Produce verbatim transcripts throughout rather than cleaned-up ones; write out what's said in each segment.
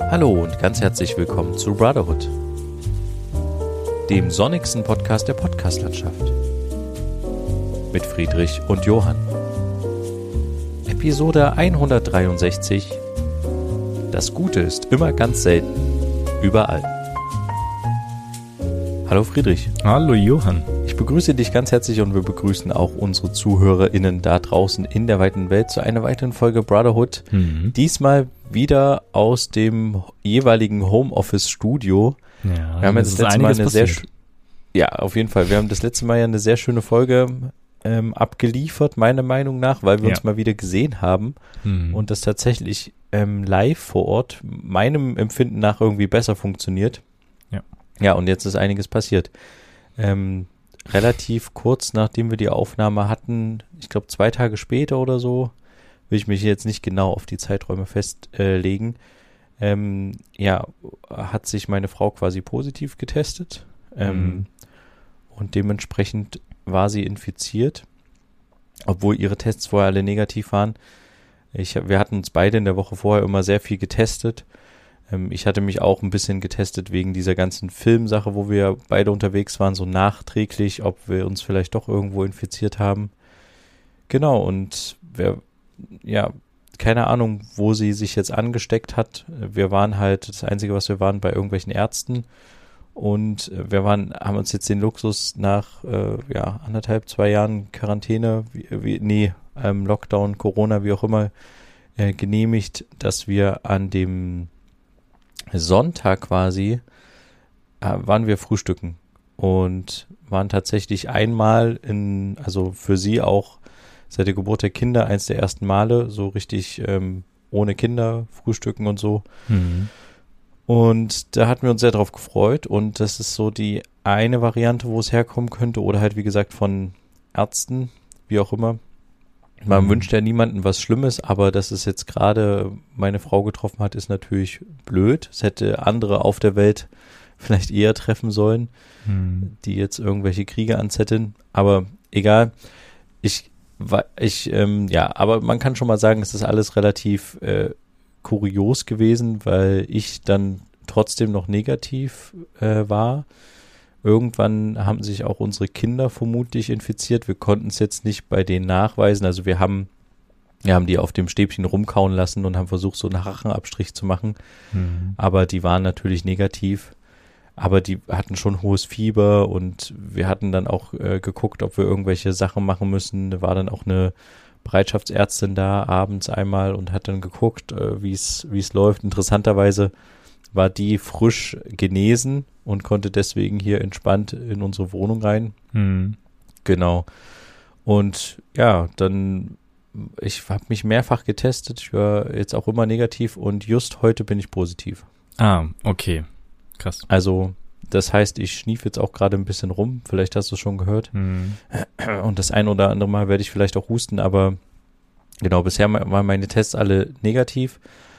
Hallo und ganz herzlich willkommen zu Brotherhood, dem sonnigsten Podcast der Podcastlandschaft. Mit Friedrich und Johann. Episode hundertdreiundsechzig. Das Gute ist immer ganz selten, überall. Hallo Friedrich. Hallo Johann. Ich begrüße dich ganz herzlich und wir begrüßen auch unsere ZuhörerInnen da draußen in der weiten Welt zu einer weiteren Folge Brotherhood. Mhm. Diesmal wieder aus dem jeweiligen Homeoffice-Studio. Ja, wir haben jetzt das das letzte Mal eine passiert. sehr sch- Ja, auf jeden Fall. Wir haben das letzte Mal ja eine sehr schöne Folge ähm, abgeliefert, meiner Meinung nach, weil wir ja. uns mal wieder gesehen haben Mhm. und das tatsächlich ähm, live vor Ort meinem Empfinden nach irgendwie besser funktioniert. Ja. Ja, und jetzt ist einiges passiert. Ähm, relativ kurz nachdem wir die Aufnahme hatten, ich glaube zwei Tage später oder so, will ich mich jetzt nicht genau auf die Zeiträume festlegen, äh, ähm, ja, hat sich meine Frau quasi positiv getestet ähm, Mhm. und dementsprechend war sie infiziert, obwohl ihre Tests vorher alle negativ waren. Ich, wir hatten uns beide in der Woche vorher immer sehr viel getestet. Ähm, ich hatte mich auch ein bisschen getestet wegen dieser ganzen Filmsache, wo wir beide unterwegs waren, so nachträglich, ob wir uns vielleicht doch irgendwo infiziert haben. Genau, und wer, ja, keine Ahnung, wo sie sich jetzt angesteckt hat. Wir waren halt, das Einzige, was wir waren, bei irgendwelchen Ärzten. Und wir waren, haben uns jetzt den Luxus nach äh, ja, anderthalb, zwei Jahren Quarantäne, wie, wie, nee, ähm, Lockdown, Corona, wie auch immer, äh, genehmigt, dass wir an dem Sonntag quasi äh, waren wir frühstücken und waren tatsächlich einmal in, also für sie auch seit der Geburt der Kinder eins der ersten Male, so richtig ähm, ohne Kinder frühstücken und so. Mhm. Und da hatten wir uns sehr drauf gefreut und das ist so die eine Variante, wo es herkommen könnte oder halt wie gesagt von Ärzten, wie auch immer. Man Mhm. wünscht ja niemandem was Schlimmes, aber dass es jetzt gerade meine Frau getroffen hat, ist natürlich blöd. Es hätte andere auf der Welt vielleicht eher treffen sollen, Mhm. die jetzt irgendwelche Kriege anzetteln. Aber egal. Ich, wa- ich, ähm, ja, aber man kann schon mal sagen, es ist alles relativ äh, kurios gewesen, weil ich dann trotzdem noch negativ äh, war. Irgendwann haben sich auch unsere Kinder vermutlich infiziert. Wir konnten es jetzt nicht bei denen nachweisen. Also wir haben, wir haben die auf dem Stäbchen rumkauen lassen und haben versucht, so einen Rachenabstrich zu machen. Mhm. Aber die waren natürlich negativ. Aber die hatten schon hohes Fieber und wir hatten dann auch äh, geguckt, ob wir irgendwelche Sachen machen müssen. Da war dann auch eine Bereitschaftsärztin da abends einmal und hat dann geguckt, äh, wie es wie es läuft. Interessanterweise war die frisch genesen und konnte deswegen hier entspannt in unsere Wohnung rein. Mhm. Genau. Und ja, dann, ich habe mich mehrfach getestet. Ich war jetzt auch immer negativ und just heute bin ich positiv. Ah, okay. Krass. Also, das heißt, ich schnief jetzt auch gerade ein bisschen rum. Vielleicht hast du es schon gehört. Mhm. Und das ein oder andere Mal werde ich vielleicht auch husten, aber genau, bisher waren meine Tests alle negativ.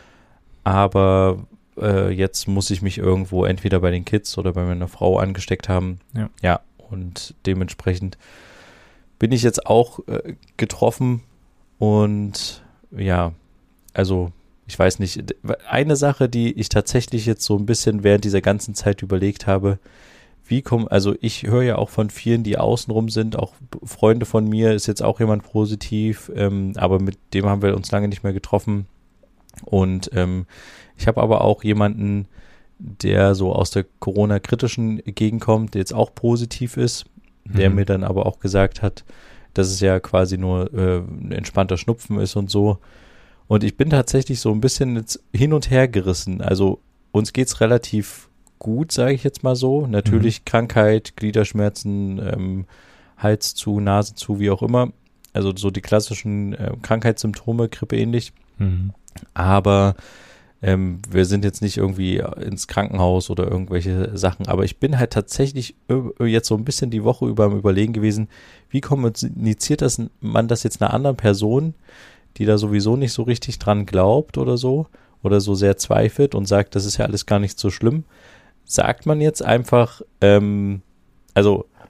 Aber äh, jetzt muss ich mich irgendwo entweder bei den Kids oder bei meiner Frau angesteckt haben. Ja. Ja, und dementsprechend bin ich jetzt auch äh, getroffen und ja, also ich weiß nicht, eine Sache, die ich tatsächlich jetzt so ein bisschen während dieser ganzen Zeit überlegt habe, wie kommen, also ich höre ja auch von vielen, die außenrum sind, auch Freunde von mir, ist jetzt auch jemand positiv, ähm, aber mit dem haben wir uns lange nicht mehr getroffen und ähm, ich habe aber auch jemanden, der so aus der Corona-kritischen Gegend kommt, der jetzt auch positiv ist, der Mhm. mir dann aber auch gesagt hat, dass es ja quasi nur äh, ein entspannter Schnupfen ist und so. Und ich bin tatsächlich so ein bisschen jetzt hin und her gerissen. Also uns geht's relativ gut, sage ich jetzt mal so. Natürlich Mhm. Krankheit, Gliederschmerzen, ähm, Hals zu, Nase zu, wie auch immer. Also so die klassischen äh, Krankheitssymptome, Grippe ähnlich. Mhm. Aber ähm, wir sind jetzt nicht irgendwie ins Krankenhaus oder irgendwelche Sachen. Aber ich bin halt tatsächlich ö- jetzt so ein bisschen die Woche über am Überlegen gewesen, wie kommuniziert das man das jetzt einer anderen Person, die da sowieso nicht so richtig dran glaubt oder so, oder so sehr zweifelt und sagt, das ist ja alles gar nicht so schlimm. Sagt man jetzt einfach, ähm, also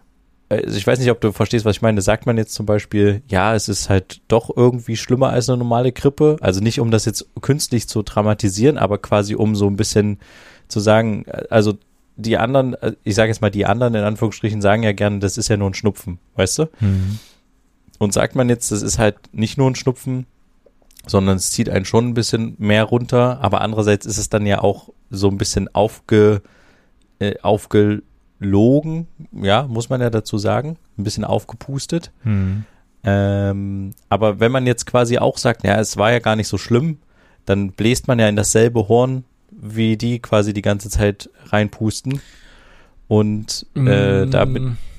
also ich weiß nicht, ob du verstehst, was ich meine. Sagt man jetzt zum Beispiel, ja, es ist halt doch irgendwie schlimmer als eine normale Grippe. Also nicht, um das jetzt künstlich zu dramatisieren, aber quasi um so ein bisschen zu sagen, also die anderen, ich sage jetzt mal, die anderen in Anführungsstrichen sagen ja gerne, das ist ja nur ein Schnupfen, weißt du? Mhm. Und sagt man jetzt, das ist halt nicht nur ein Schnupfen, sondern es zieht einen schon ein bisschen mehr runter, aber andererseits ist es dann ja auch so ein bisschen aufge, äh, aufgelogen, ja, muss man ja dazu sagen, ein bisschen aufgepustet. Mhm. Ähm, aber wenn man jetzt quasi auch sagt, ja, es war ja gar nicht so schlimm, dann bläst man ja in dasselbe Horn, wie die quasi die ganze Zeit reinpusten. Und äh, damit.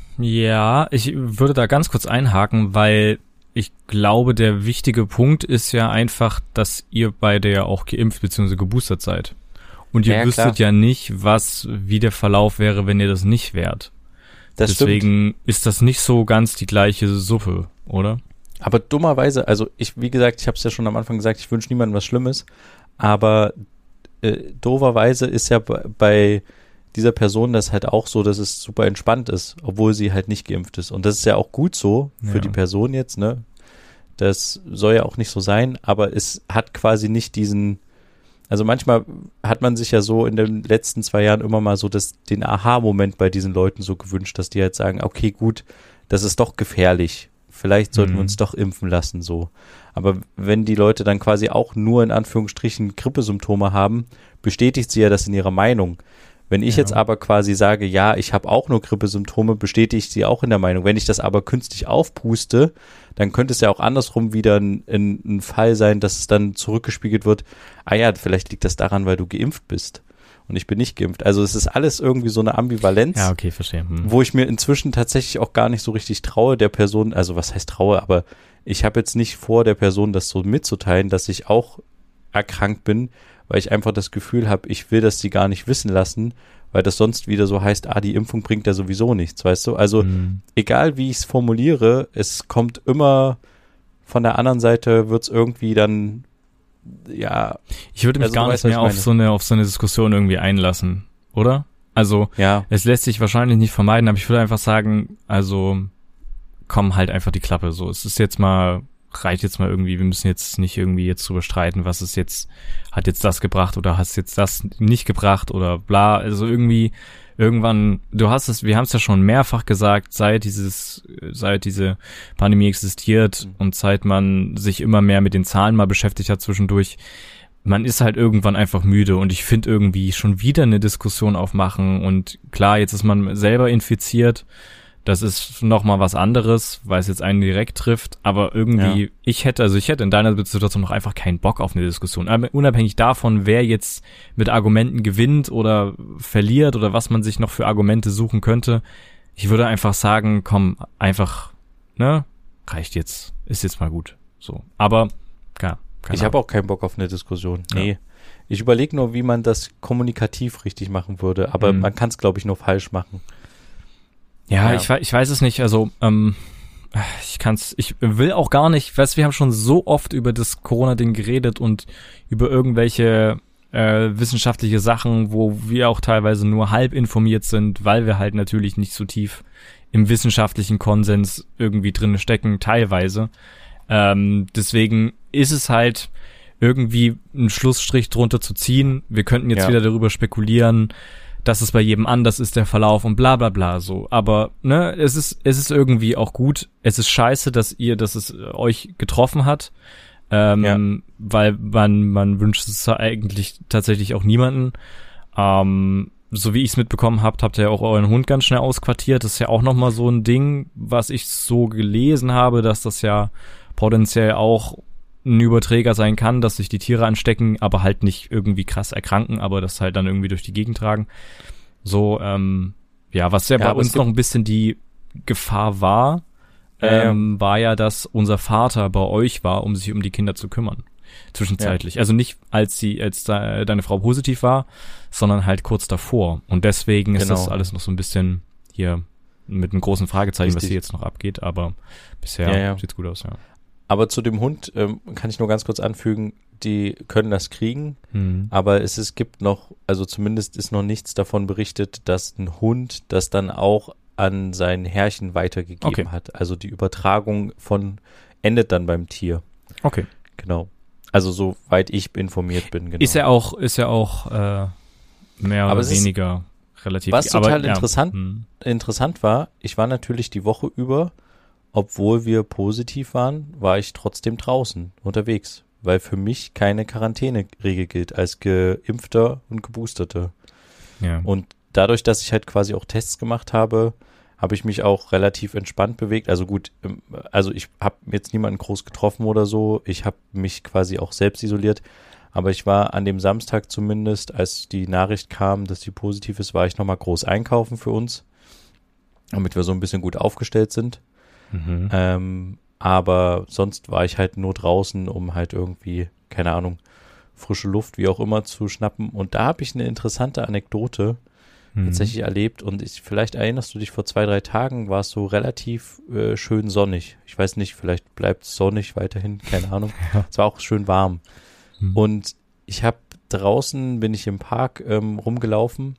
Ja, ich würde da ganz kurz einhaken, weil ich glaube, der wichtige Punkt ist ja einfach, dass ihr beide ja auch geimpft bzw. geboostert seid. Und ihr Ja, wüsstet klar. ja nicht, was, wie der Verlauf wäre, wenn ihr das nicht wärt. Das Deswegen stimmt. ist das nicht so ganz die gleiche Suppe, oder? Aber dummerweise, also ich, wie gesagt, ich habe es ja schon am Anfang gesagt, ich wünsche niemandem was Schlimmes, aber äh, dooferweise ist ja bei, bei dieser Person das halt auch so, dass es super entspannt ist, obwohl sie halt nicht geimpft ist. Und das ist ja auch gut so für Ja. die Person jetzt, ne? Das soll ja auch nicht so sein, aber es hat quasi nicht diesen, also manchmal hat man sich ja so in den letzten zwei Jahren immer mal so das, den Aha-Moment bei diesen Leuten so gewünscht, dass die halt sagen, okay, gut, das ist doch gefährlich. Vielleicht sollten Mhm. wir uns doch impfen lassen, so. Aber wenn die Leute dann quasi auch nur in Anführungsstrichen Grippesymptome haben, bestätigt sie ja das in ihrer Meinung. Wenn ich Ja. jetzt aber quasi sage, ja, ich habe auch nur Grippesymptome, bestätigt sie auch in der Meinung. Wenn ich das aber künstlich aufpuste, dann könnte es ja auch andersrum wieder ein, ein, ein Fall sein, dass es dann zurückgespiegelt wird, ah ja, vielleicht liegt das daran, weil du geimpft bist und ich bin nicht geimpft. Also es ist alles irgendwie so eine Ambivalenz, Ja, okay, verstehe. Hm. wo ich mir inzwischen tatsächlich auch gar nicht so richtig traue, der Person, also was heißt traue, aber ich habe jetzt nicht vor, der Person das so mitzuteilen, dass ich auch erkrankt bin, weil ich einfach das Gefühl habe, ich will das sie gar nicht wissen lassen, weil das sonst wieder so heißt, ah, die Impfung bringt ja sowieso nichts, weißt du? Also Hm. egal wie ich es formuliere, es kommt immer von der anderen Seite, wird es irgendwie dann, ja, Ich würde mich Also du gar weißt, nicht was mehr ich auf meine. so eine auf so eine Diskussion irgendwie einlassen, oder? Also ja, es lässt sich wahrscheinlich nicht vermeiden, aber ich würde einfach sagen, also komm halt einfach die Klappe. So, es ist jetzt mal, reicht jetzt mal irgendwie, wir müssen jetzt nicht irgendwie jetzt drüber streiten, was es jetzt, hat jetzt das gebracht oder hast jetzt das nicht gebracht oder bla. Also irgendwie, irgendwann, du hast es, wir haben es ja schon mehrfach gesagt, seit dieses, seit diese Pandemie existiert Mhm. und seit man sich immer mehr mit den Zahlen mal beschäftigt hat zwischendurch, man ist halt irgendwann einfach müde und ich finde irgendwie schon wieder eine Diskussion aufmachen und klar, jetzt ist man selber infiziert, das ist nochmal was anderes, weil es jetzt einen direkt trifft, aber irgendwie, Ja. ich hätte, also ich hätte in deiner Situation noch einfach keinen Bock auf eine Diskussion, aber unabhängig davon, wer jetzt mit Argumenten gewinnt oder verliert oder was man sich noch für Argumente suchen könnte, ich würde einfach sagen, komm, einfach, ne, reicht jetzt, ist jetzt mal gut, so, aber, ja. ich habe auch keinen Bock auf eine Diskussion, nee. Ja. Ich überlege nur, wie man das kommunikativ richtig machen würde, aber Mhm. man kann es, glaube ich, nur falsch machen. Ja, Ja. ich weiß, ich weiß es nicht. Also ähm, ich kann's, ich will auch gar nicht. Weißt, wir haben schon so oft über das Corona-Ding geredet und über irgendwelche äh, wissenschaftliche Sachen, wo wir auch teilweise nur halb informiert sind, weil wir halt natürlich nicht so tief im wissenschaftlichen Konsens irgendwie drin stecken, teilweise. Ähm, deswegen ist es halt irgendwie einen Schlussstrich drunter zu ziehen. Wir könnten jetzt Ja. wieder darüber spekulieren, dass es bei jedem anders ist, der Verlauf und bla bla bla so. Aber ne, es ist es ist irgendwie auch gut. Es ist scheiße, dass ihr, dass es äh, euch getroffen hat, ähm, Ja. weil man man wünscht es eigentlich tatsächlich auch niemanden. Ähm, so wie ich es mitbekommen habt, habt ihr ja auch euren Hund ganz schnell ausquartiert. Das ist ja auch nochmal so ein Ding, was ich so gelesen habe, dass das ja potenziell auch ein Überträger sein kann, dass sich die Tiere anstecken, aber halt nicht irgendwie krass erkranken, aber das halt dann irgendwie durch die Gegend tragen. So, ähm, ja, was ja, Ja, bei aber es uns noch ein bisschen die Gefahr war, Ja, ja. ähm, war ja, dass unser Vater bei euch war, um sich um die Kinder zu kümmern. Zwischenzeitlich. Also nicht, als sie, als de, deine Frau positiv war, sondern halt kurz davor. Und deswegen ist Genau. das alles noch so ein bisschen hier mit einem großen Fragezeichen, was Richtig. hier jetzt noch abgeht, aber bisher Ja, ja. sieht's gut aus, ja. Aber zu dem Hund ähm, kann ich nur ganz kurz anfügen, die können das kriegen, Hm. aber es, es gibt noch, also zumindest ist noch nichts davon berichtet, dass ein Hund das dann auch an sein Herrchen weitergegeben Okay. hat. Also die Übertragung von endet dann beim Tier. Okay. Genau. Also soweit ich informiert bin, genau. Ist ja auch, ist ja auch äh, mehr Aber oder es ist- weniger relativ. Was aber, total ja, interessant- hm. Interessant war, ich war natürlich die Woche über, obwohl wir positiv waren, war ich trotzdem draußen unterwegs, weil für mich keine Quarantäneregel gilt als Geimpfter und Geboosterter. Ja. Und dadurch, dass ich halt quasi auch Tests gemacht habe, habe ich mich auch relativ entspannt bewegt. Also gut, ähm, also ich habe jetzt niemanden groß getroffen oder so. Ich habe mich quasi auch selbst isoliert. Aber ich war an dem Samstag zumindest, als die Nachricht kam, dass die positiv ist, war ich nochmal groß einkaufen für uns, damit wir so ein bisschen gut aufgestellt sind. Mhm. Ähm, aber sonst war ich halt nur draußen, um halt irgendwie, keine Ahnung, frische Luft, wie auch immer, zu schnappen. Und da habe ich eine interessante Anekdote Mhm. tatsächlich erlebt. Und ich, vielleicht erinnerst du dich, vor zwei, drei Tagen war es so relativ äh, schön sonnig. Ich weiß nicht, vielleicht bleibt es sonnig weiterhin, keine Ahnung. Ja. Es war auch schön warm. Mhm. Und ich habe draußen, bin ich im Park ähm, rumgelaufen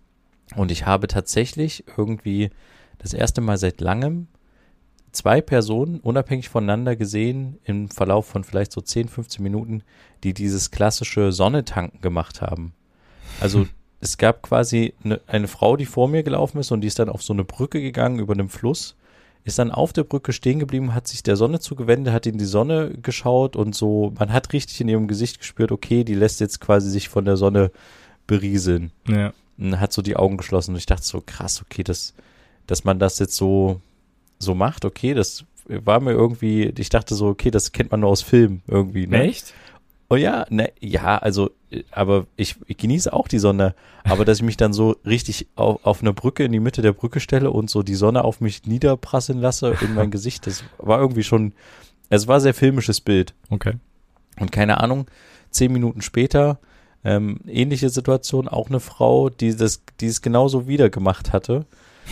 und ich habe tatsächlich irgendwie das erste Mal seit langem zwei Personen unabhängig voneinander gesehen im Verlauf von vielleicht so zehn, fünfzehn Minuten, die dieses klassische Sonnetanken gemacht haben. Also es gab quasi eine, eine Frau, die vor mir gelaufen ist und die ist dann auf so eine Brücke gegangen über einem Fluss, ist dann auf der Brücke stehen geblieben, hat sich der Sonne zugewendet, hat in die Sonne geschaut und so, man hat richtig in ihrem Gesicht gespürt, okay, die lässt jetzt quasi sich von der Sonne berieseln. Ja. Und hat so die Augen geschlossen und ich dachte so, krass, okay, das, dass man das jetzt so, so macht, okay, das war mir irgendwie, ich dachte so, okay, das kennt man nur aus Filmen irgendwie, ne? Echt? Oh ja, ne, ja, also, aber ich, ich genieße auch die Sonne, aber dass ich mich dann so richtig auf, auf einer Brücke in die Mitte der Brücke stelle und so die Sonne auf mich niederprasseln lasse in mein Gesicht, das war irgendwie schon, es war ein sehr filmisches Bild. Okay. Und keine Ahnung, zehn Minuten später, ähm, ähnliche Situation, auch eine Frau, die das, die es genauso wieder gemacht hatte.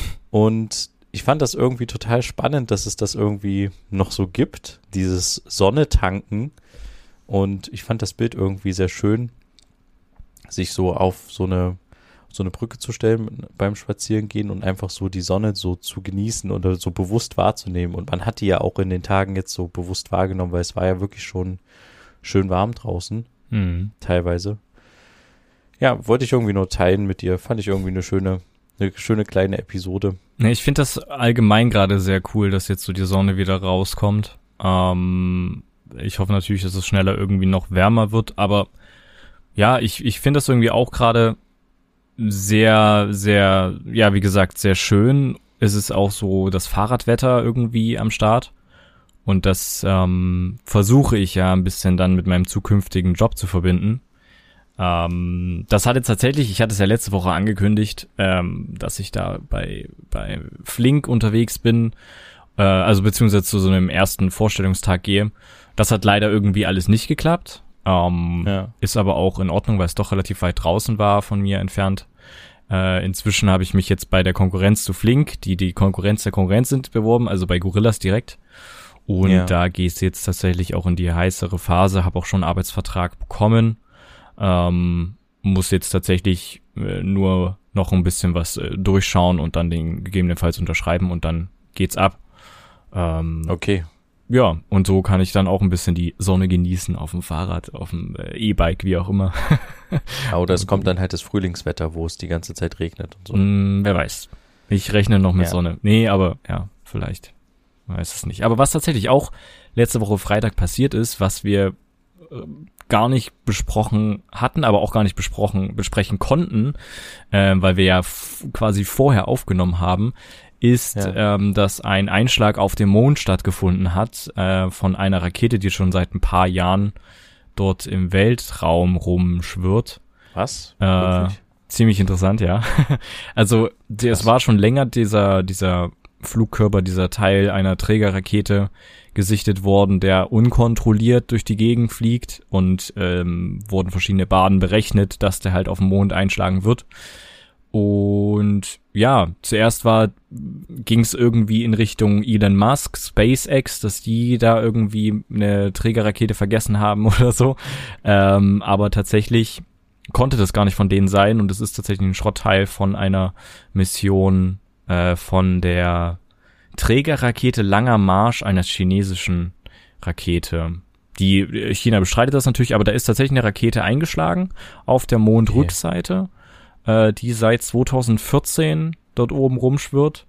Und ich fand das irgendwie total spannend, dass es das irgendwie noch so gibt, dieses Sonnetanken. Und ich fand das Bild irgendwie sehr schön, sich so auf so eine, so eine Brücke zu stellen beim Spazierengehen und einfach so die Sonne so zu genießen oder so bewusst wahrzunehmen. Und man hat die ja auch in den Tagen jetzt so bewusst wahrgenommen, weil es war ja wirklich schon schön warm draußen, Mhm. teilweise. Ja, wollte ich irgendwie nur teilen mit dir. Fand ich irgendwie eine schöne, eine schöne kleine Episode. Nee, ich finde das allgemein gerade sehr cool, dass jetzt so die Sonne wieder rauskommt. Ähm, ich hoffe natürlich, dass es schneller irgendwie noch wärmer wird, aber ja, ich, ich finde das irgendwie auch gerade sehr, sehr, ja, wie gesagt, sehr schön. Es ist auch so das Fahrradwetter irgendwie am Start. Und das ähm, versuche ich ja ein bisschen dann mit meinem zukünftigen Job zu verbinden. Ähm, das hat jetzt tatsächlich, ich hatte es ja letzte Woche angekündigt, ähm, dass ich da bei bei Flink unterwegs bin, äh, also beziehungsweise zu so einem ersten Vorstellungstag gehe. Das hat leider irgendwie alles nicht geklappt. Ähm, Ja. Ist aber auch in Ordnung, weil es doch relativ weit draußen war von mir entfernt. Äh, inzwischen habe ich mich jetzt bei der Konkurrenz zu Flink, die die Konkurrenz der Konkurrenz sind, beworben, also bei Gorillas direkt. Und Ja. da geht's jetzt tatsächlich auch in die heißere Phase, habe auch schon einen Arbeitsvertrag bekommen. Ähm, muss jetzt tatsächlich äh, nur noch ein bisschen was äh, durchschauen und dann den gegebenenfalls unterschreiben und dann geht's ab. Ähm, Okay. Ja, und so kann ich dann auch ein bisschen die Sonne genießen auf dem Fahrrad, auf dem äh, E-Bike, wie auch immer. Ja, oder es kommt dann halt das Frühlingswetter, wo es die ganze Zeit regnet und so. Mm, wer weiß. Ich rechne noch mit Ja. Sonne. Nee, aber ja, vielleicht. Man weiß es nicht. Aber was tatsächlich auch letzte Woche Freitag passiert ist, was wir äh, gar nicht besprochen hatten, aber auch gar nicht besprochen besprechen konnten, äh, weil wir ja f- quasi vorher aufgenommen haben, ist, Ja. ähm, dass ein Einschlag auf dem Mond stattgefunden hat äh, von einer Rakete, die schon seit ein paar Jahren dort im Weltraum rumschwirrt. Was? Äh, Wirklich? Ziemlich interessant, ja. Also die, es Krass. war schon länger dieser dieser Flugkörper, dieser Teil einer Trägerrakete gesichtet worden, der unkontrolliert durch die Gegend fliegt und ähm, wurden verschiedene Bahnen berechnet, dass der halt auf dem Mond einschlagen wird. Und ja, zuerst war ging es irgendwie in Richtung Elon Musk, SpaceX, dass die da irgendwie eine Trägerrakete vergessen haben oder so. Ähm, aber tatsächlich konnte das gar nicht von denen sein und es ist tatsächlich ein Schrottteil von einer Mission äh, äh, von der Trägerrakete Langer Marsch einer chinesischen Rakete. Die China bestreitet das natürlich, aber da ist tatsächlich eine Rakete eingeschlagen auf der Mondrückseite, okay. äh, die seit zweitausendvierzehn dort oben rumschwirrt.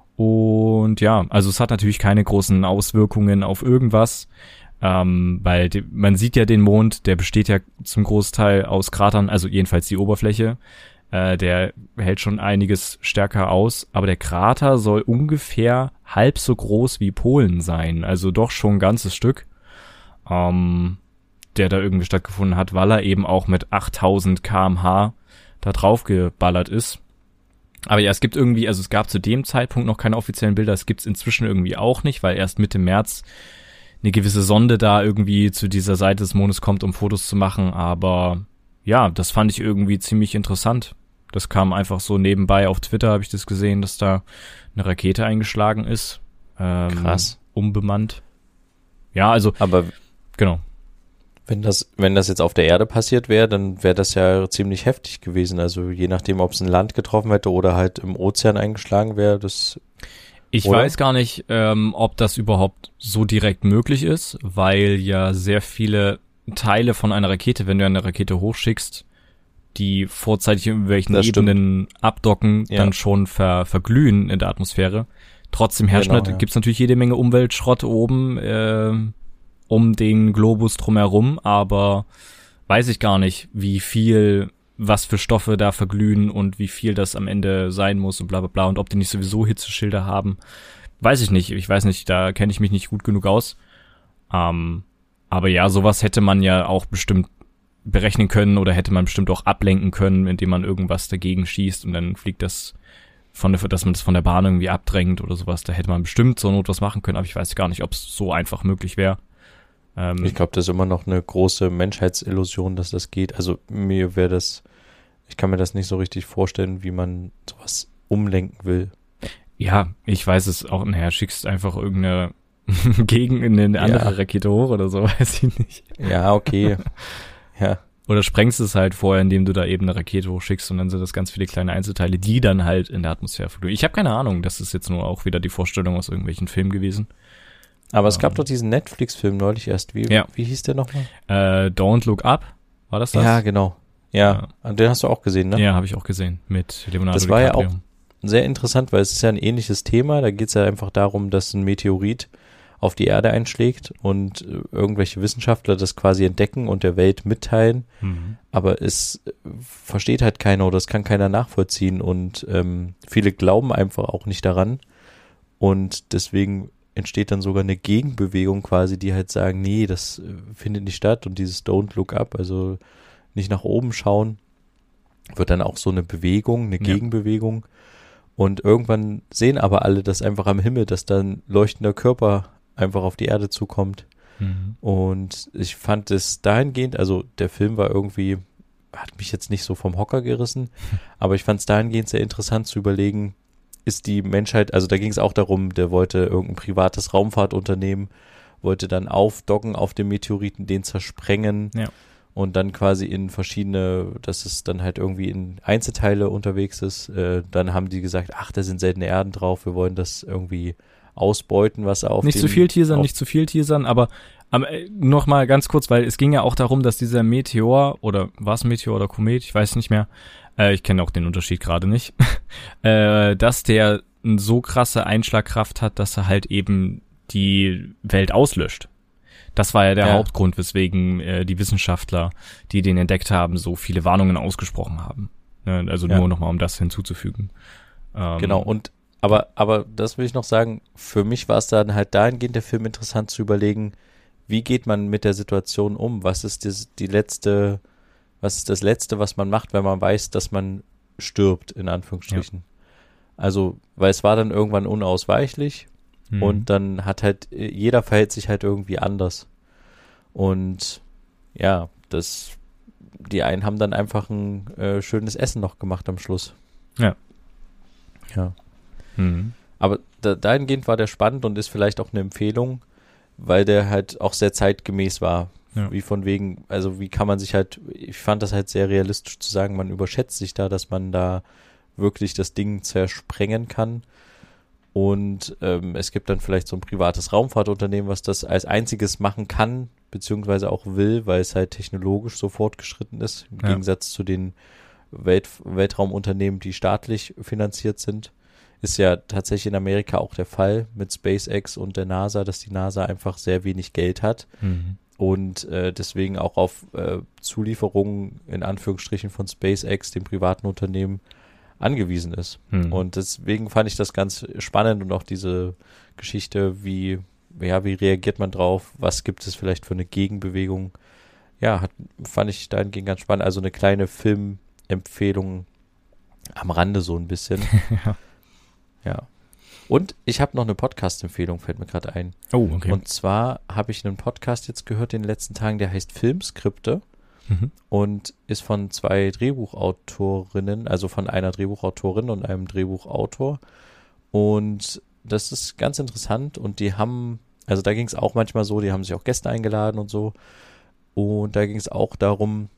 Und ja, also es hat natürlich keine großen Auswirkungen auf irgendwas, ähm, weil die, man sieht ja den Mond, der besteht ja zum Großteil aus Kratern, also jedenfalls die Oberfläche. Äh, der hält schon einiges stärker aus, aber der Krater soll ungefähr halb so groß wie Polen sein, also doch schon ein ganzes Stück. Ähm, der da irgendwie stattgefunden hat, weil er eben auch mit achttausend Kilometer pro Stunde da drauf geballert ist. Aber ja, es gibt irgendwie, also es gab zu dem Zeitpunkt noch keine offiziellen Bilder, es gibt's inzwischen irgendwie auch nicht, weil erst Mitte März eine gewisse Sonde da irgendwie zu dieser Seite des Mondes kommt, um Fotos zu machen, aber ja, das fand ich irgendwie ziemlich interessant. Das kam einfach so nebenbei auf Twitter, habe ich das gesehen, dass da eine Rakete eingeschlagen ist. Ähm, Krass. Unbemannt. Ja, also, aber genau. Wenn das, wenn das jetzt auf der Erde passiert wäre, dann wäre das ja ziemlich heftig gewesen. Also je nachdem, ob es ein Land getroffen hätte oder halt im Ozean eingeschlagen wäre, das. Ich oder? weiß gar nicht, ähm, ob das überhaupt so direkt möglich ist, weil ja sehr viele Teile von einer Rakete, wenn du eine Rakete hochschickst, die vorzeitig in irgendwelchen Das Ebenen abdocken, Ja. dann schon ver, verglühen in der Atmosphäre. Trotzdem herrscht Genau, nat- ja. gibt's natürlich jede Menge Umweltschrott oben äh, um den Globus drumherum, aber weiß ich gar nicht, wie viel, was für Stoffe da verglühen und wie viel das am Ende sein muss und bla bla bla und ob die nicht sowieso Hitzeschilder haben. Weiß ich nicht, ich weiß nicht, da kenne ich mich nicht gut genug aus. Ähm, aber ja, sowas hätte man ja auch bestimmt berechnen können oder hätte man bestimmt auch ablenken können, indem man irgendwas dagegen schießt und dann fliegt das von der, dass man das von der Bahn irgendwie abdrängt oder sowas. Da hätte man bestimmt zur Not was machen können, aber ich weiß gar nicht, ob es so einfach möglich wäre. Ähm, Ich glaube, das ist immer noch eine große Menschheitsillusion, dass das geht. Also mir wäre das, ich kann mir das nicht so richtig vorstellen, wie man sowas umlenken will. ja, ich weiß es auch. Naja, schickst einfach irgendeine gegen in eine andere Ja. Rakete hoch oder so, weiß ich nicht. Ja, okay. Ja, Oder sprengst es halt vorher, indem du da eben eine Rakete hochschickst und dann sind das ganz viele kleine Einzelteile, die dann halt in der Atmosphäre verglühen. Ich habe keine Ahnung, das ist jetzt nur auch wieder die Vorstellung aus irgendwelchen Filmen gewesen. aber es Ähm. gab doch diesen Netflix-Film neulich erst. Wie, Ja. wie hieß der nochmal? Äh, Don't Look Up, war das das? Ja, genau. Ja, den hast du auch gesehen, ne? Ja, habe ich auch gesehen mit Leonardo Das war ja DiCaprio. auch sehr interessant, weil es ist ja ein ähnliches Thema. Da geht es ja einfach darum, dass ein Meteorit auf die Erde einschlägt und äh, irgendwelche Wissenschaftler das quasi entdecken und der Welt mitteilen. Mhm. Aber es äh, versteht halt keiner oder es kann keiner nachvollziehen und ähm, viele glauben einfach auch nicht daran und deswegen entsteht dann sogar eine Gegenbewegung quasi, die halt sagen, nee, das äh, findet nicht statt und dieses Don't Look Up, also nicht nach oben schauen, wird dann auch so eine Bewegung, eine Ja. Gegenbewegung und irgendwann sehen aber alle das einfach am Himmel, dass dann leuchtender Körper einfach auf die Erde zukommt. Mhm. Und ich fand es dahingehend, also der Film war irgendwie, hat mich jetzt nicht so vom Hocker gerissen, aber ich fand es dahingehend sehr interessant zu überlegen, ist die Menschheit, also da ging es auch darum, der wollte irgendein privates Raumfahrtunternehmen, wollte dann aufdocken auf dem Meteoriten, den zersprengen Ja. und dann quasi in verschiedene, dass es dann halt irgendwie in Einzelteile unterwegs ist. Äh, dann haben die gesagt, ach, da sind seltene Erden drauf, wir wollen das irgendwie ausbeuten, was auf Nicht dem, zu viel teasern, auf, nicht zu viel teasern, aber ähm, noch mal ganz kurz, weil es ging ja auch darum, dass dieser Meteor, oder war es Meteor oder Komet, ich weiß nicht mehr, äh, ich kenne auch den Unterschied gerade nicht, äh, dass der eine so krasse Einschlagkraft hat, dass er halt eben die Welt auslöscht. Das war ja der Ja. Hauptgrund, weswegen äh, die Wissenschaftler, die den entdeckt haben, so viele Warnungen ausgesprochen haben. Ne? Also Ja. nur noch mal, um das hinzuzufügen. Ähm, Genau, und aber, aber das will ich noch sagen, für mich war es dann halt dahingehend der Film interessant zu überlegen, wie geht man mit der Situation um? Was ist das, die letzte, was ist das Letzte, was man macht, wenn man weiß, dass man stirbt, in Anführungsstrichen. Also, weil es war dann irgendwann unausweichlich mhm. und dann hat halt, jeder verhält sich halt irgendwie anders. Und ja, das, die einen haben dann einfach ein äh, schönes Essen noch gemacht am Schluss. Ja. Ja. Mhm. Aber da, dahingehend war der spannend und ist vielleicht auch eine Empfehlung, weil der halt auch sehr zeitgemäß war. Ja. Wie von wegen, also wie kann man sich halt, ich fand das halt sehr realistisch zu sagen, man überschätzt sich da, dass man da wirklich das Ding zersprengen kann. Und ähm, es gibt dann vielleicht so ein privates Raumfahrtunternehmen, was das als einziges machen kann, beziehungsweise auch will, weil es halt technologisch so fortgeschritten ist, im Ja. Gegensatz zu den Welt, Weltraumunternehmen, die staatlich finanziert sind. Ist ja tatsächlich in Amerika auch der Fall mit SpaceX und der NASA, dass die NASA einfach sehr wenig Geld hat Mhm. und äh, deswegen auch auf äh, Zulieferungen in Anführungsstrichen von SpaceX, dem privaten Unternehmen, angewiesen ist. Mhm. Und deswegen fand ich das ganz spannend und auch diese Geschichte, wie, ja, wie reagiert man drauf, was gibt es vielleicht für eine Gegenbewegung. Ja, hat, fand ich dahingehend ganz spannend. Also eine kleine Filmempfehlung am Rande so ein bisschen. ja. Ja. Und ich habe noch eine Podcast-Empfehlung, fällt mir gerade ein. Oh, okay. Und zwar habe ich einen Podcast jetzt gehört in den letzten Tagen, der heißt Filmskripte Mhm. und ist von zwei Drehbuchautorinnen, also von einer Drehbuchautorin und einem Drehbuchautor. Und das ist ganz interessant und die haben, also da ging es auch manchmal so, die haben sich auch Gäste eingeladen und so. Und da ging es auch darum,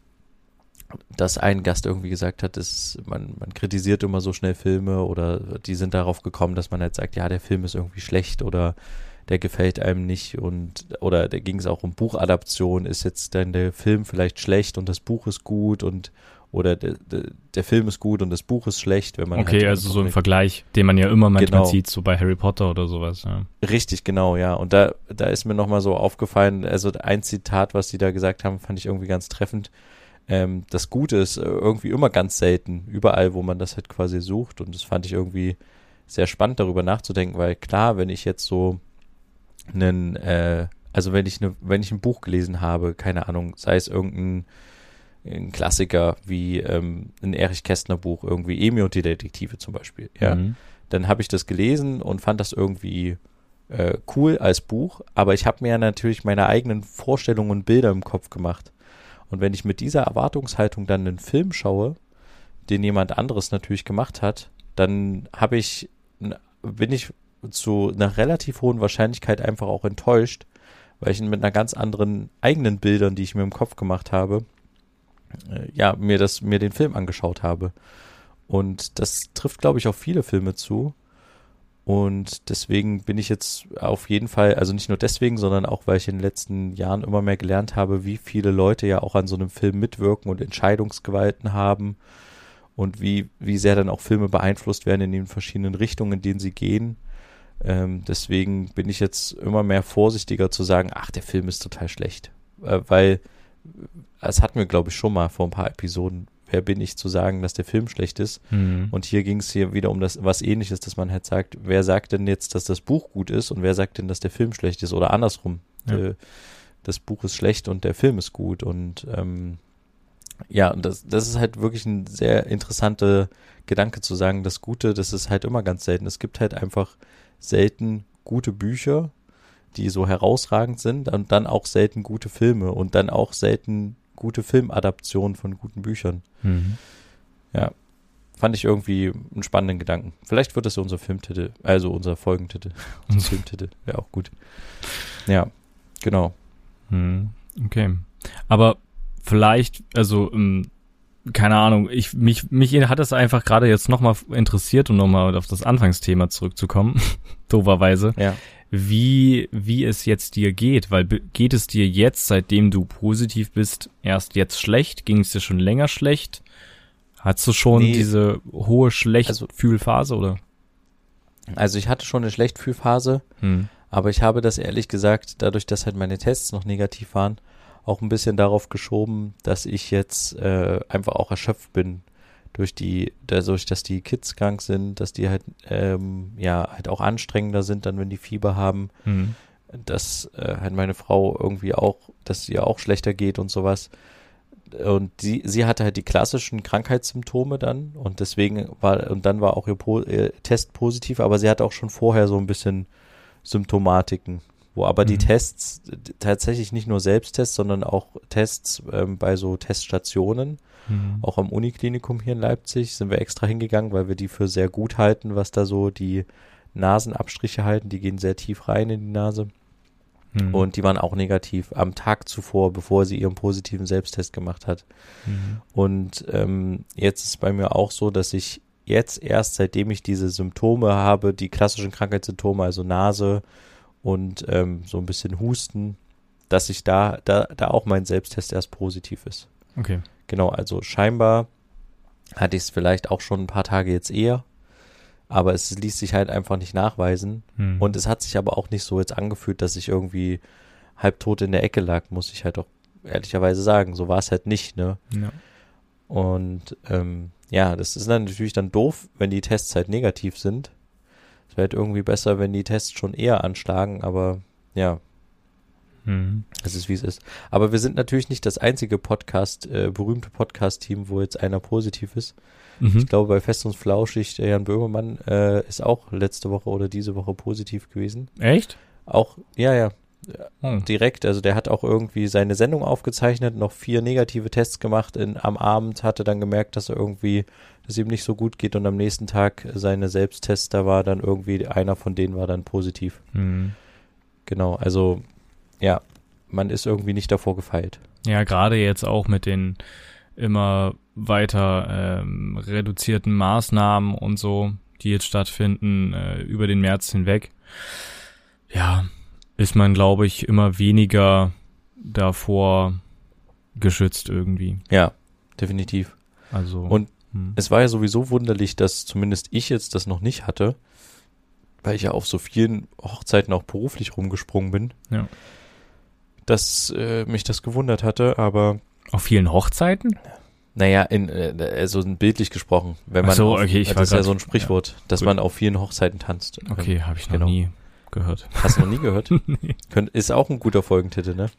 dass ein Gast irgendwie gesagt hat, dass man, man kritisiert immer so schnell Filme oder die sind darauf gekommen, dass man halt sagt, ja, der Film ist irgendwie schlecht oder der gefällt einem nicht und oder da ging es auch um Buchadaption, ist jetzt dann der Film vielleicht schlecht und das Buch ist gut und oder der, der, der Film ist gut und das Buch ist schlecht, wenn man Okay, halt also so ein Vergleich, den man ja immer manchmal Genau. sieht, so bei Harry Potter oder sowas. Ja. Richtig, genau, ja. Und da, da ist mir nochmal so aufgefallen, also ein Zitat, was die da gesagt haben, fand ich irgendwie ganz treffend. Ähm, das Gute ist äh, irgendwie immer ganz selten, überall, wo man das halt quasi sucht. Und das fand ich irgendwie sehr spannend, darüber nachzudenken, weil klar, wenn ich jetzt so einen, äh, also wenn ich eine, wenn ich ein Buch gelesen habe, keine Ahnung, sei es irgendein ein Klassiker wie ähm, ein Erich Kästner Buch, irgendwie Emil und die Detektive zum Beispiel, ja, Mhm. dann habe ich das gelesen und fand das irgendwie äh, cool als Buch, aber ich habe mir ja natürlich meine eigenen Vorstellungen und Bilder im Kopf gemacht. Und wenn ich mit dieser Erwartungshaltung dann einen Film schaue, den jemand anderes natürlich gemacht hat, dann habe ich, bin ich zu einer relativ hohen Wahrscheinlichkeit einfach auch enttäuscht, weil ich mit einer ganz anderen eigenen Bildern, die ich mir im Kopf gemacht habe, äh, ja, mir das, mir den Film angeschaut habe. Und das trifft, glaube ich, auf viele Filme zu. Und deswegen bin ich jetzt auf jeden Fall, also nicht nur deswegen, sondern auch, weil ich in den letzten Jahren immer mehr gelernt habe, wie viele Leute ja auch an so einem Film mitwirken und Entscheidungsgewalten haben und wie, wie sehr dann auch Filme beeinflusst werden in den verschiedenen Richtungen, in denen sie gehen. Ähm, deswegen bin ich jetzt immer mehr vorsichtiger zu sagen, ach, der Film ist total schlecht. Äh, weil, das hatten wir, glaube ich, schon mal vor ein paar Episoden, wer bin ich zu sagen, dass der Film schlecht ist. Mhm. Und hier ging es hier wieder um das was Ähnliches, dass man halt sagt, wer sagt denn jetzt, dass das Buch gut ist und wer sagt denn, dass der Film schlecht ist oder andersrum. Ja. Äh, das Buch ist schlecht und der Film ist gut und ähm, ja, und das, das ist halt wirklich ein sehr interessanter Gedanke zu sagen, das Gute, das ist halt immer ganz selten. Es gibt halt einfach selten gute Bücher, die so herausragend sind und dann auch selten gute Filme und dann auch selten gute Filmadaptionen von guten Büchern. Mhm. Ja, fand ich irgendwie einen spannenden Gedanken. Vielleicht wird das unser Filmtitel, also unser Folgentitel. Unser Filmtitel wäre auch gut. Ja, genau. Mhm. Okay. Aber vielleicht, also, ähm, keine Ahnung, ich, mich, mich hat das einfach gerade jetzt nochmal interessiert, um nochmal auf das Anfangsthema zurückzukommen, dooferweise, Ja. wie, wie es jetzt dir geht, weil be- geht es dir jetzt, seitdem du positiv bist, erst jetzt schlecht? Ging es dir schon länger schlecht? Hattest du schon Nee. diese hohe Schlechtfühlphase, oder? Also ich hatte schon eine Schlechtfühlphase, Hm. aber ich habe das ehrlich gesagt, dadurch, dass halt meine Tests noch negativ waren, auch ein bisschen darauf geschoben, dass ich jetzt äh, einfach auch erschöpft bin durch die, dadurch, dass die Kids krank sind, dass die halt ähm, ja halt auch anstrengender sind, dann wenn die Fieber haben, Hm. dass äh, halt meine Frau irgendwie auch, dass es ihr auch schlechter geht und sowas. Und sie, sie hatte halt die klassischen Krankheitssymptome dann und deswegen war, und dann war auch ihr, po, ihr Test positiv, aber sie hatte auch schon vorher so ein bisschen Symptomatiken, wo aber die Mhm. Tests t- tatsächlich nicht nur Selbsttests, sondern auch Tests ähm, bei so Teststationen, Hm. auch am Uniklinikum hier in Leipzig sind wir extra hingegangen, weil wir die für sehr gut halten, was da so die Nasenabstriche halten, die gehen sehr tief rein in die Nase. Hm. Und die waren auch negativ am Tag zuvor, bevor sie ihren positiven Selbsttest gemacht hat. Hm. Und ähm, jetzt ist es bei mir auch so, dass ich jetzt erst, seitdem ich diese Symptome habe, die klassischen Krankheitssymptome, also Nase und ähm, so ein bisschen Husten, dass ich da, da, da auch mein Selbsttest erst positiv ist. Okay. Genau, also scheinbar hatte ich es vielleicht auch schon ein paar Tage jetzt eher, aber es ließ sich halt einfach nicht nachweisen. Hm. Und es hat sich aber auch nicht so jetzt angefühlt, dass ich irgendwie halbtot in der Ecke lag, muss ich halt auch ehrlicherweise sagen. So war es halt nicht, ne? Ja. Und ähm, ja, das ist dann natürlich dann doof, wenn die Tests halt negativ sind. Es wäre halt irgendwie besser, wenn die Tests schon eher anschlagen, aber ja, Hm. es ist, wie es ist. Aber wir sind natürlich nicht das einzige Podcast, äh, berühmte Podcast-Team, wo jetzt einer positiv ist. Mhm. Ich glaube, bei Fest und Flauschig, der Jan Böhmermann äh, ist auch letzte Woche oder diese Woche positiv gewesen. Echt? Auch, ja, ja, Hm. direkt. Also der hat auch irgendwie seine Sendung aufgezeichnet, noch vier negative Tests gemacht in, am Abend, hatte dann gemerkt, dass er irgendwie, dass ihm nicht so gut geht und am nächsten Tag seine Selbsttests, da war dann irgendwie, einer von denen war dann positiv. Hm. Genau, also ja, man ist irgendwie nicht davor gefeilt. Ja, gerade jetzt auch mit den immer weiter ähm, reduzierten Maßnahmen und so, die jetzt stattfinden äh, über den März hinweg. Ja, ist man, glaube ich, immer weniger davor geschützt irgendwie. Ja, definitiv. Also Und hm. es war ja sowieso wunderlich, dass zumindest ich jetzt das noch nicht hatte, weil ich ja auf so vielen Hochzeiten auch beruflich rumgesprungen bin, Ja. dass äh, mich das gewundert hatte, aber Auf vielen Hochzeiten? naja, in, äh, also bildlich gesprochen, wenn man Ach so, auf, okay, ich das war ist ja grad- so ein Sprichwort, dass gut. man auf vielen Hochzeiten tanzt. Okay, Ähm, habe ich noch genau. nie gehört. Hast du noch nie gehört? Nee. Könnt, ist auch ein guter Folgentitel, ne?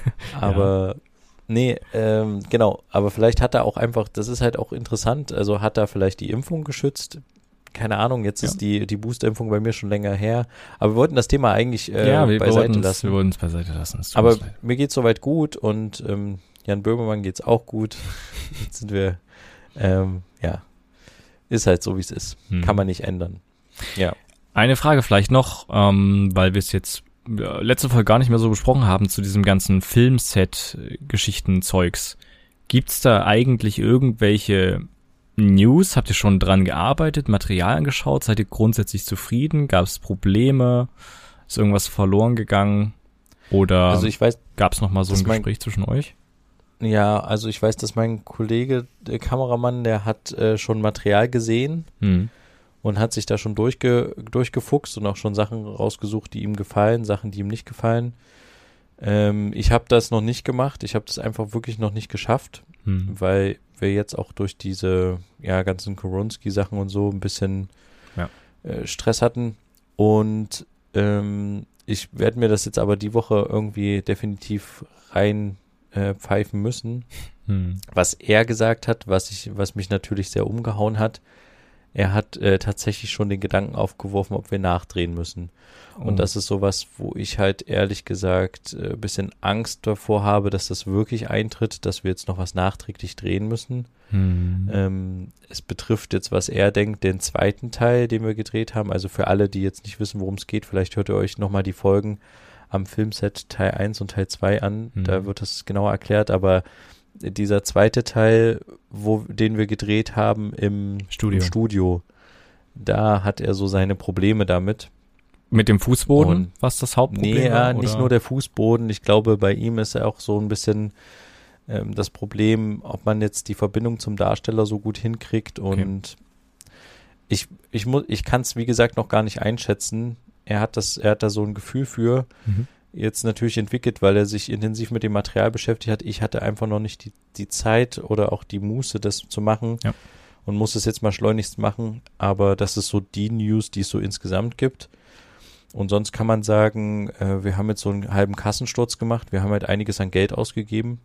Aber nee, ähm, genau, aber vielleicht hat er auch einfach, das ist halt auch interessant, also hat er vielleicht die Impfung geschützt? Keine Ahnung, jetzt Ja. ist die, die Boosterimpfung bei mir schon länger her, aber wir wollten das Thema eigentlich äh, ja, wir beiseite wollten es lassen. wir wollten es beiseite lassen. es tut Aber uns leid. mir geht's soweit gut und ähm, Jan Böhmermann geht's auch gut. Jetzt sind wir, ähm, ja, ist halt so, wie es ist. Hm. Kann man nicht ändern. Ja. Eine Frage vielleicht noch, ähm, weil wir es jetzt ja, letzte Folge gar nicht mehr so besprochen haben zu diesem ganzen Filmset-Geschichten-Zeugs. Gibt's da eigentlich irgendwelche News? Habt ihr schon dran gearbeitet, Material angeschaut? Seid ihr grundsätzlich zufrieden? Gab es Probleme? Ist irgendwas verloren gegangen? Oder Also ich weiß, gab es nochmal so dass ein mein- Gespräch zwischen euch? ja, also ich weiß, dass mein Kollege, der Kameramann, der hat äh, schon Material gesehen Hm. und hat sich da schon durchge, durchgefuchst und auch schon Sachen rausgesucht, die ihm gefallen, Sachen, die ihm nicht gefallen. Ähm, ich habe das noch nicht gemacht. Ich habe das einfach wirklich noch nicht geschafft, Hm. weil wir jetzt auch durch diese ja ganzen Koronski-Sachen und so ein bisschen Ja. äh, Stress hatten. Und ähm, ich werde mir das jetzt aber die Woche irgendwie definitiv rein äh, pfeifen müssen. Hm. Was er gesagt hat, was ich, was mich natürlich sehr umgehauen hat, er hat äh, tatsächlich schon den Gedanken aufgeworfen, ob wir nachdrehen müssen. Und Oh. das ist sowas, wo ich halt ehrlich gesagt ein äh, bisschen Angst davor habe, dass das wirklich eintritt, dass wir jetzt noch was nachträglich drehen müssen. Hm. Ähm, es betrifft jetzt, was er denkt, den zweiten Teil, den wir gedreht haben. Also für alle, die jetzt nicht wissen, worum es geht, vielleicht hört ihr euch nochmal die Folgen am Filmset Teil eins und Teil zwei an. Mhm. Da wird das genauer erklärt, aber dieser zweite Teil, wo, den wir gedreht haben im Studio. im Studio, da hat er so seine Probleme damit. Mit dem Fußboden, Und- was das Hauptproblem Nee, war? ja, nicht oder? nur der Fußboden. Ich glaube, bei ihm ist ja auch so ein bisschen ähm, das Problem, ob man jetzt die Verbindung zum Darsteller so gut hinkriegt. Und ich, ich muss, ich kann es wie gesagt noch gar nicht einschätzen. Er hat das, er hat da so ein Gefühl für. Mhm. Jetzt natürlich entwickelt, weil er sich intensiv mit dem Material beschäftigt hat. Ich hatte einfach noch nicht die, die Zeit oder auch die Muße, das zu machen. Ja. Und muss es jetzt mal schleunigst machen. Aber das ist so die News, die es so insgesamt gibt. Und sonst kann man sagen, äh, wir haben jetzt so einen halben Kassensturz gemacht. Wir haben halt einiges an Geld ausgegeben.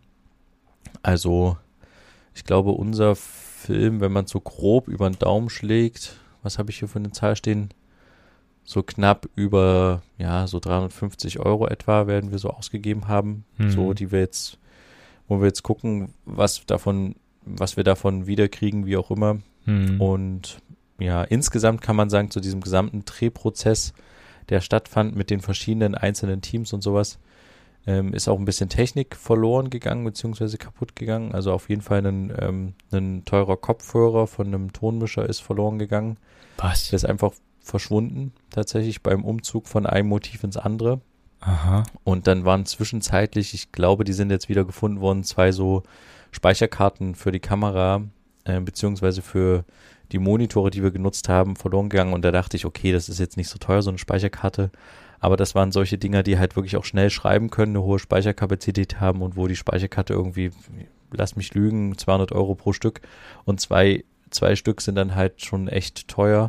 Also, ich glaube, unser Film, wenn man so grob über den Daumen schlägt, was habe ich hier für eine Zahl stehen? So knapp über, ja, so dreihundertfünfzig Euro etwa werden wir so ausgegeben haben. Mhm. So, die wir jetzt, wo wir jetzt gucken, was davon, was wir davon wiederkriegen, wie auch immer. Hm. Und ja, insgesamt kann man sagen, zu diesem gesamten Drehprozess, der stattfand mit den verschiedenen einzelnen Teams und sowas, Ähm, ist auch ein bisschen Technik verloren gegangen, beziehungsweise kaputt gegangen. Also auf jeden Fall ein, ähm, ein teurer Kopfhörer von einem Tonmischer ist verloren gegangen. Was? Der ist einfach verschwunden, tatsächlich beim Umzug von einem Motiv ins andere. Aha. Und dann waren zwischenzeitlich, ich glaube, die sind jetzt wieder gefunden worden, zwei so Speicherkarten für die Kamera, äh, beziehungsweise für die Monitore, die wir genutzt haben, verloren gegangen. Und da dachte ich, okay, das ist jetzt nicht so teuer, so eine Speicherkarte. Aber das waren solche Dinger, die halt wirklich auch schnell schreiben können, eine hohe Speicherkapazität haben und wo die Speicherkarte irgendwie, lass mich lügen, zweihundert Euro pro Stück. Und zwei, zwei Stück sind dann halt schon echt teuer.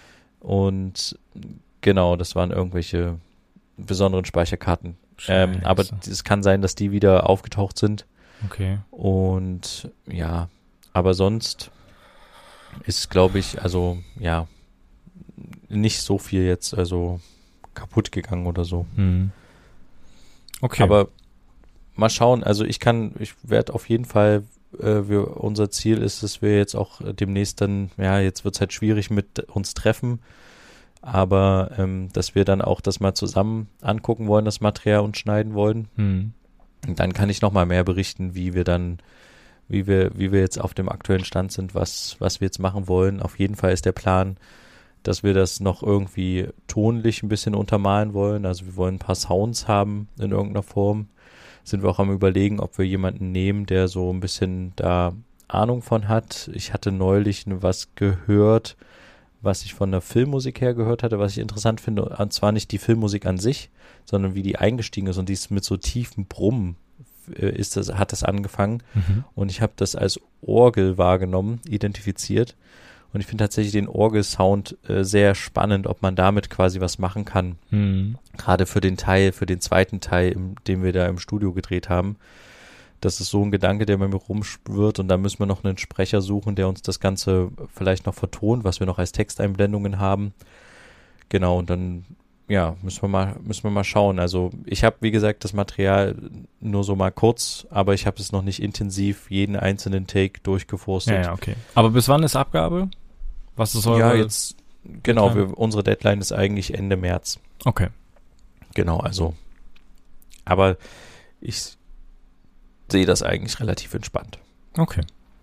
Und genau, das waren irgendwelche besonderen Speicherkarten. Ähm, aber es kann sein, dass die wieder aufgetaucht sind. Okay. Und ja, aber sonst ist, glaube ich, also ja, nicht so viel jetzt, also kaputt gegangen oder so. Hm. Okay. Aber mal schauen, also ich kann, ich werde auf jeden Fall, äh, wir, unser Ziel ist, dass wir jetzt auch demnächst dann, ja, jetzt wird es halt schwierig mit uns treffen, aber ähm, dass wir dann auch das mal zusammen angucken wollen, das Material und schneiden wollen. Hm. Und dann kann ich nochmal mehr berichten, wie wir dann, wie wir, wie wir jetzt auf dem aktuellen Stand sind, was, was wir jetzt machen wollen. Auf jeden Fall ist der Plan, dass wir das noch irgendwie tonlich ein bisschen untermalen wollen. Also wir wollen ein paar Sounds haben in irgendeiner Form. Sind wir auch am Überlegen, ob wir jemanden nehmen, der so ein bisschen da Ahnung von hat. Ich hatte neulich was gehört, was ich von der Filmmusik her gehört hatte, was ich interessant finde. Und zwar nicht die Filmmusik an sich, sondern wie die eingestiegen ist. Und die ist mit so tiefen Brummen ist das, hat das angefangen. Mhm. Und ich habe das als Orgel wahrgenommen, identifiziert. Und ich finde tatsächlich den Orgelsound äh, sehr spannend, ob man damit quasi was machen kann. Hm. Gerade für den Teil, für den zweiten Teil, im, den wir da im Studio gedreht haben. Das ist so ein Gedanke, der bei mir rumschwirrt. Und da müssen wir noch einen Sprecher suchen, der uns das Ganze vielleicht noch vertont, was wir noch als Texteinblendungen haben. Genau, und dann, ja, müssen wir mal, müssen wir mal schauen. Also ich habe, wie gesagt, das Material nur so mal kurz, aber ich habe es noch nicht intensiv jeden einzelnen Take durchgeforstet. Ja, ja, okay. Aber bis wann ist Abgabe? Was ist eure? Ja, jetzt, genau, Deadline? wir, unsere Deadline ist eigentlich Ende März. Okay. Genau, also, aber ich sehe das eigentlich relativ entspannt. Okay.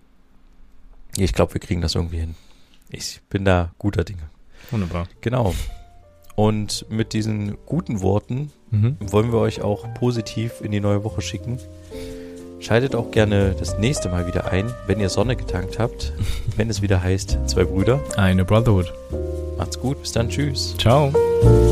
Ich glaube, wir kriegen das irgendwie hin. Ich bin da guter Dinge. Wunderbar. Genau. Und mit diesen guten Worten Mhm. wollen wir euch auch positiv in die neue Woche schicken. Schaltet auch gerne das nächste Mal wieder ein, wenn ihr Sonne getankt habt, wenn es wieder heißt, zwei Brüder. Eine Brotherhood. Macht's gut, bis dann, tschüss. Ciao.